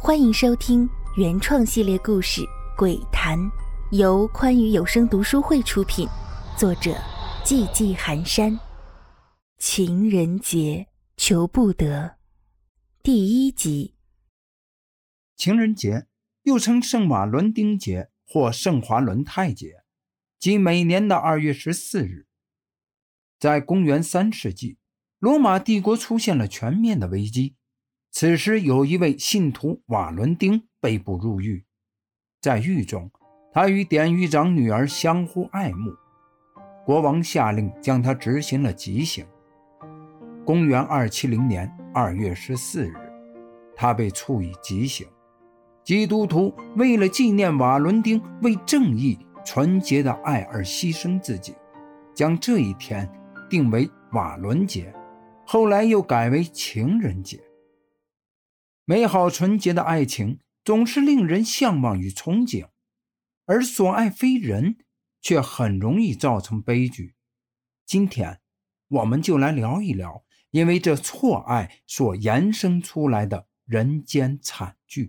欢迎收听原创系列故事《鬼谈》，由宽裕有声读书会出品，作者寂寂寒山。情人节求不得，第1集。 情人节又称圣瓦伦丁节或圣华伦泰节，即每年的2月14日。在公元3世纪，罗马帝国出现了全面的危机。此时有一位信徒瓦伦丁被捕入狱，在狱中，他与典狱长女儿相互爱慕，国王下令将他执行了极刑。公元270年2月14日，他被处以极刑。基督徒为了纪念瓦伦丁为正义纯洁的爱而牺牲自己，将这一天定为瓦伦节，后来又改为情人节。美好纯洁的爱情总是令人向往与憧憬，而所爱非人却很容易造成悲剧。今天我们就来聊一聊因为这错爱所延伸出来的人间惨剧。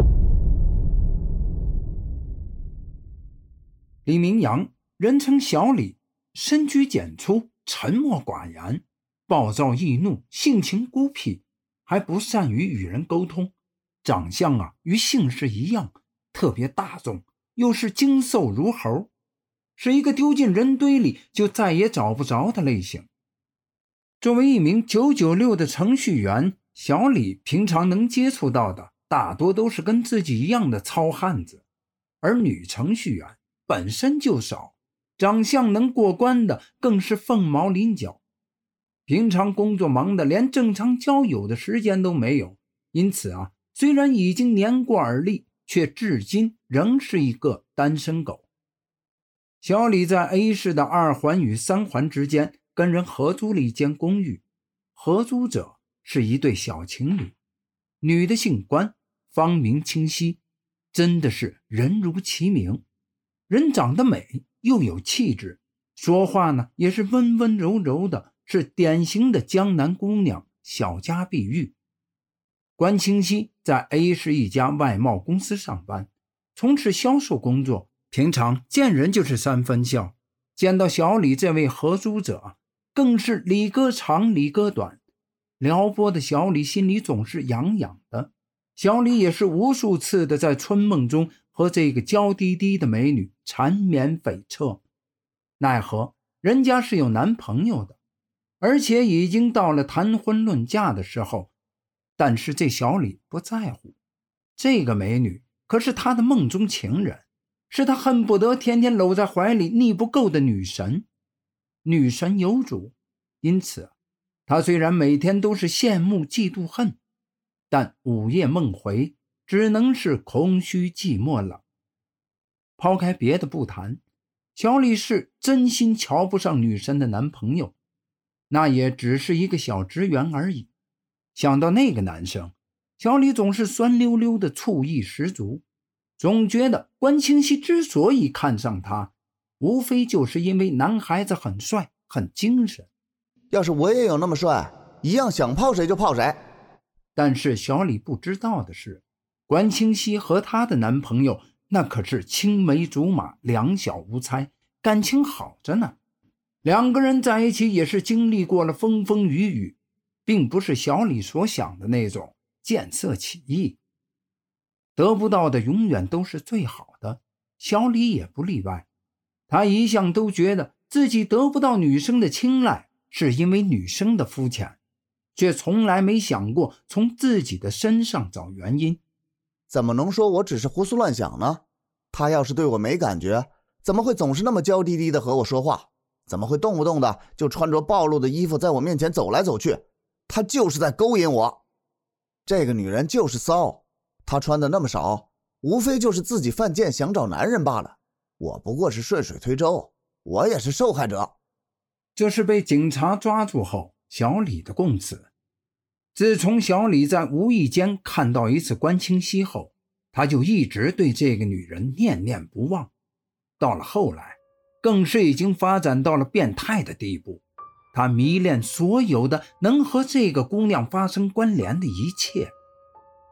李明阳，人称小李，深居简出，沉默寡言，暴躁易怒，性情孤僻，还不善于与人沟通。长相与姓氏一样，特别大众，又是精瘦如猴，是一个丢进人堆里就再也找不着的类型。作为一名996的程序员，小李平常能接触到的大多都是跟自己一样的糙汉子，而女程序员本身就少，长相能过关的更是凤毛麟角。平常工作忙得连正常交友的时间都没有，因此虽然已经年过耳立，却至今仍是一个单身狗。小李在 A 市的2环与3环之间跟人合租了一间公寓，合租者是一对小情侣，女的姓关，芳名清晰，真的是人如其名。人长得美又有气质，说话呢也是温温柔柔的，是典型的江南姑娘，小家碧玉。关清溪在 A 市一家外贸公司上班，从事销售工作，平常见人就是3分笑，见到小李这位合租者更是理哥长理哥短，撩拨的小李心里总是痒痒的。小李也是无数次的在春梦中和这个娇滴滴的美女缠绵悱恻，奈何人家是有男朋友的，而且已经到了谈婚论嫁的时候。但是这小李不在乎，这个美女可是他的梦中情人，是他恨不得天天搂在怀里腻不够的女神。女神有主，因此他虽然每天都是羡慕嫉妒恨，但午夜梦回只能是空虚寂寞了。抛开别的不谈，小李是真心瞧不上女神的男朋友，那也只是一个小职员而已。想到那个男生，小李总是酸溜溜的醋意十足，总觉得关清溪之所以看上他，无非就是因为男孩子很帅很精神。 要是我也有那么帅，一样想泡谁就泡谁。 但是小李不知道的是，关清溪和她的男朋友那可是青梅竹马，两小无猜，感情好着呢。两个人在一起也是经历过了风风雨雨，并不是小李所想的那种见色起意。得不到的永远都是最好的，小李也不例外。他一向都觉得自己得不到女生的青睐是因为女生的肤浅，却从来没想过从自己的身上找原因。 怎么能说我只是胡思乱想呢？他要是对我没感觉，怎么会总是那么娇滴滴的和我说话？怎么会动不动的就穿着暴露的衣服在我面前走来走去？她就是在勾引我。这个女人就是骚，她穿的那么少，无非就是自己犯贱想找男人罢了。我不过是顺水推舟，我也是受害者。 这是被警察抓住后小李的供词。自从小李在无意间看到一次关清溪后，他就一直对这个女人念念不忘，到了后来更是已经发展到了变态的地步。他迷恋所有的能和这个姑娘发生关联的一切。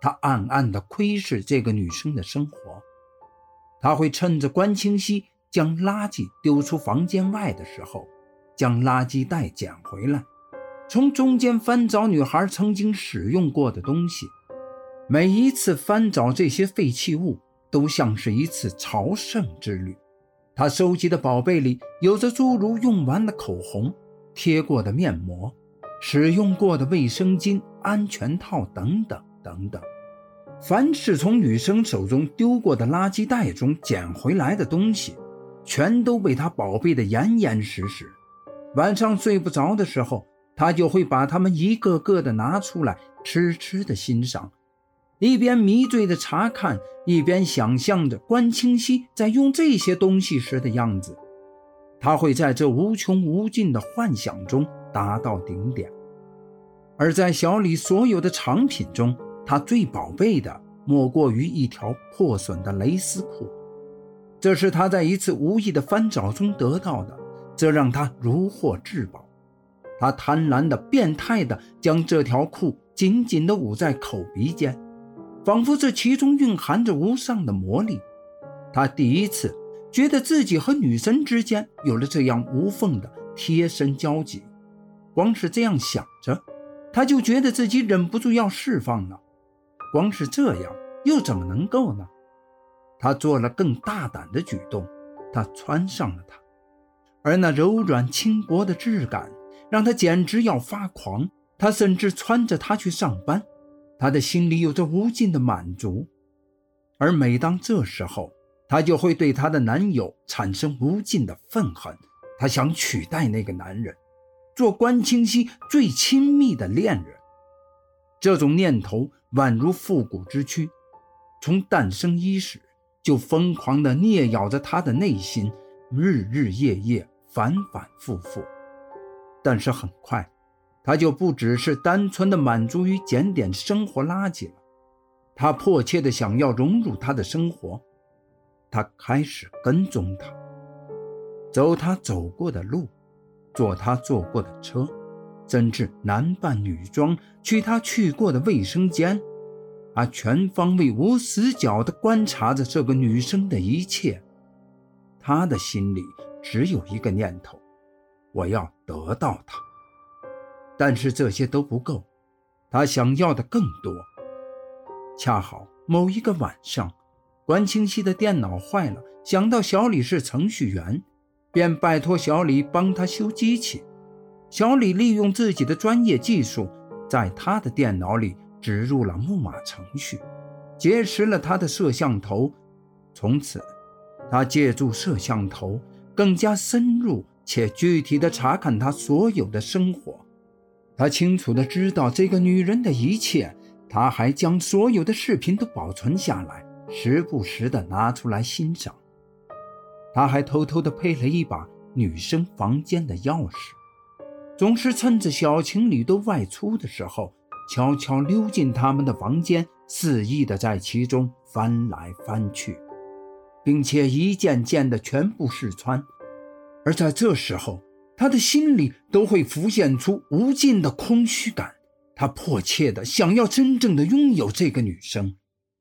他暗暗地窥视这个女生的生活。他会趁着关清溪将垃圾丢出房间外的时候，将垃圾袋捡回来，从中间翻找女孩曾经使用过的东西。每一次翻找这些废弃物都像是一次朝圣之旅。他收集的宝贝里有着诸如用完的口红、贴过的面膜、使用过的卫生巾、安全套等等等等。凡是从女生手中丢过的垃圾袋中捡回来的东西，全都被他宝贝得严严实实。晚上睡不着的时候，他就会把它们一个个的拿出来痴痴的欣赏，一边迷醉的查看，一边想象着关清溪在用这些东西时的样子。他会在这无穷无尽的幻想中达到顶点。而在小李所有的藏品中，他最宝贝的莫过于一条破损的蕾丝裤。这是他在一次无意的翻找中得到的，这让他如获至宝。他贪婪的、变态的将这条裤紧紧地捂在口鼻间，仿佛这其中蕴含着无上的魔力。他第一次觉得自己和女神之间有了这样无缝的贴身交集。光是这样想着，他就觉得自己忍不住要释放了。光是这样又怎么能够呢？他做了更大胆的举动，他穿上了它，而那柔软轻薄的质感让他简直要发狂。他甚至穿着它去上班，他的心里有着无尽的满足。而每当这时候，他就会对他的男友产生无尽的愤恨。他想取代那个男人，做关清溪最亲密的恋人。这种念头宛如复古之躯，从诞生伊始就疯狂地啮咬着他的内心，日日夜夜，反反复复。但是很快，他就不只是单纯地满足于捡点生活垃圾了。他迫切地想要融入他的生活。他开始跟踪他，走他走过的路，坐他坐过的车，甚至男扮女装去他去过的卫生间。他全方位无死角地观察着这个女生的一切。他的心里只有一个念头，我要得到她。但是这些都不够，他想要的更多。恰好某一个晚上，关清溪的电脑坏了，想到小李是程序员，便拜托小李帮他修机器。小李利用自己的专业技术，在他的电脑里植入了木马程序，结识了他的摄像头。从此他借助摄像头更加深入且具体地查看他所有的生活。他清楚地知道这个女人的一切，他还将所有的视频都保存下来，时不时地拿出来欣赏。他还偷偷地配了一把女生房间的钥匙，总是趁着小情侣都外出的时候，悄悄溜进他们的房间，肆意地在其中翻来翻去，并且一件件的全部试穿。而在这时候，他的心里都会浮现出无尽的空虚感，他迫切地想要真正的拥有这个女生。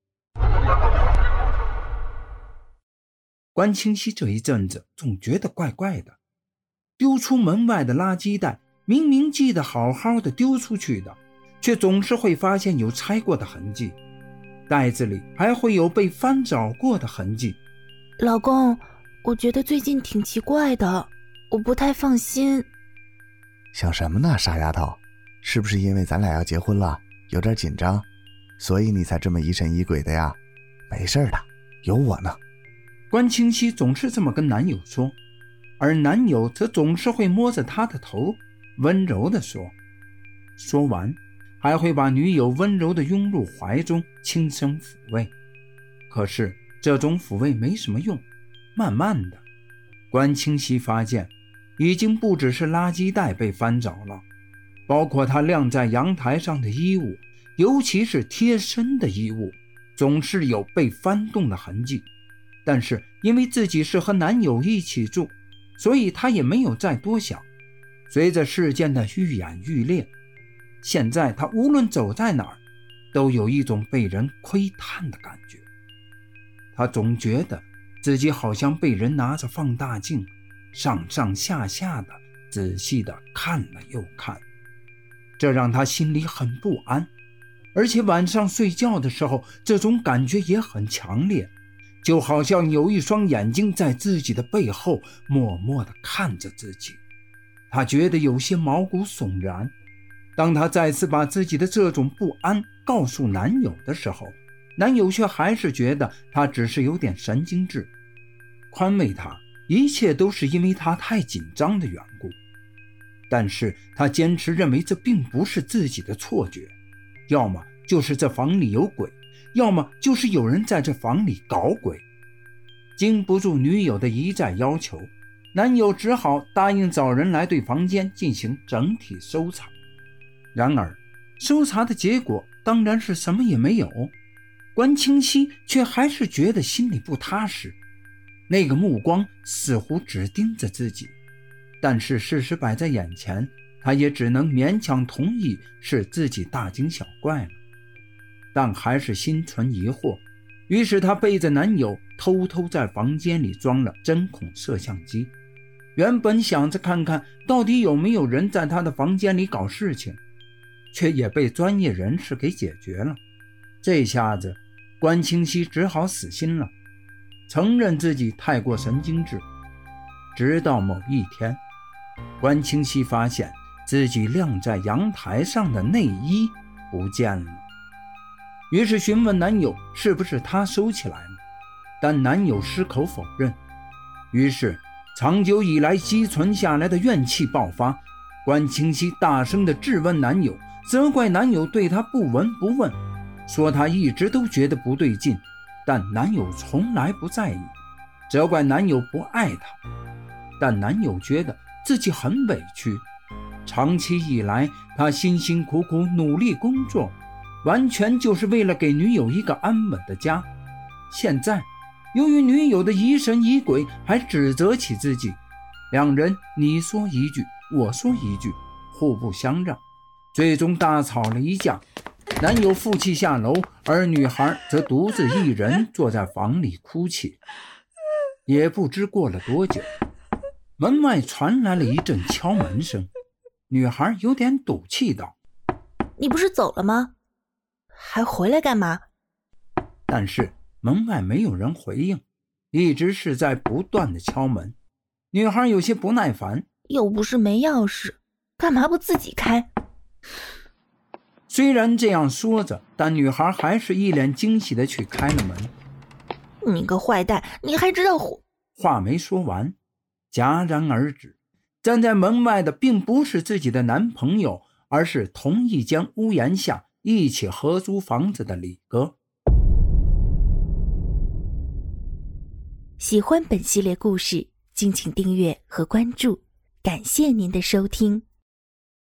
关清溪这一阵子总觉得怪怪的，丢出门外的垃圾袋，明明记得好好的丢出去的，却总是会发现有拆过的痕迹，袋子里还会有被翻找过的痕迹。 老公，我觉得最近挺奇怪的，我不太放心。 想什么呢，傻丫头？是不是因为咱俩要结婚了，有点紧张，所以你才这么疑神疑鬼的呀？没事的，有我呢。 关清溪总是这么跟男友说，而男友则总是会摸着她的头，温柔地说。说完，还会把女友温柔地拥入怀中，轻声抚慰。可是这种抚慰没什么用，慢慢的，关清溪发现，已经不只是垃圾袋被翻找了，包括她晾在阳台上的衣物，尤其是贴身的衣物，总是有被翻动的痕迹。但是因为自己是和男友一起住，所以她也没有再多想。随着事件的愈演愈烈，现在她无论走在哪儿， 都有一种被人窥探的感觉。他总觉得自己好像被人拿着放大镜上上下下的仔细地看了又看，这让他心里很不安。而且晚上睡觉的时候，这种感觉也很强烈，就好像有一双眼睛在自己的背后默默地看着自己。他觉得有些毛骨悚然。当他再次把自己的这种不安告诉男友的时候，男友却还是觉得他只是有点神经质，宽慰他一切都是因为他太紧张的缘故。但是他坚持认为这并不是自己的错觉，要么就是这房里有鬼，要么就是有人在这房里搞鬼。经不住女友的一再要求，男友只好答应找人来对房间进行整体搜查。然而搜查的结果当然是什么也没有，关清溪却还是觉得心里不踏实，那个目光似乎只盯着自己。但是事实摆在眼前，他也只能勉强同意是自己大惊小怪了，但还是心存疑惑。于是他背着男友偷偷在房间里装了针孔摄像机，原本想着看看到底有没有人在他的房间里搞事情，却也被专业人士给解决了。这下子关清溪只好死心了，承认自己太过神经质。直到某一天，关清溪发现自己晾在阳台上的内衣不见了，于是询问男友是不是他收起来了，但男友矢口否认。于是长久以来积存下来的怨气爆发，关清溪大声地质问男友，责怪男友对他不闻不问，说他一直都觉得不对劲，但男友从来不在意，责怪男友不爱他。但男友觉得自己很委屈，长期以来他辛辛苦苦努力工作，完全就是为了给女友一个安稳的家。现在由于女友的疑神疑鬼，还指责起自己，两人你说一句我说一句，互不相让，最终大吵了一架。男友负气下楼，而女孩则独自一人坐在房里哭泣。也不知过了多久，门外传来了一阵敲门声。女孩有点赌气道： 你不是走了吗？还回来干嘛？ 但是门外没有人回应，一直是在不断的敲门。女孩有些不耐烦， 又不是没钥匙，干嘛不自己开？ 虽然这样说着，但女孩还是一脸惊喜的去开了门。 你个坏蛋，你还知道话没说完，戛然而止。站在门外的并不是自己的男朋友，而是同一间屋檐下一起合租房子的李哥。 喜欢本系列故事，敬请订阅和关注，感谢您的收听。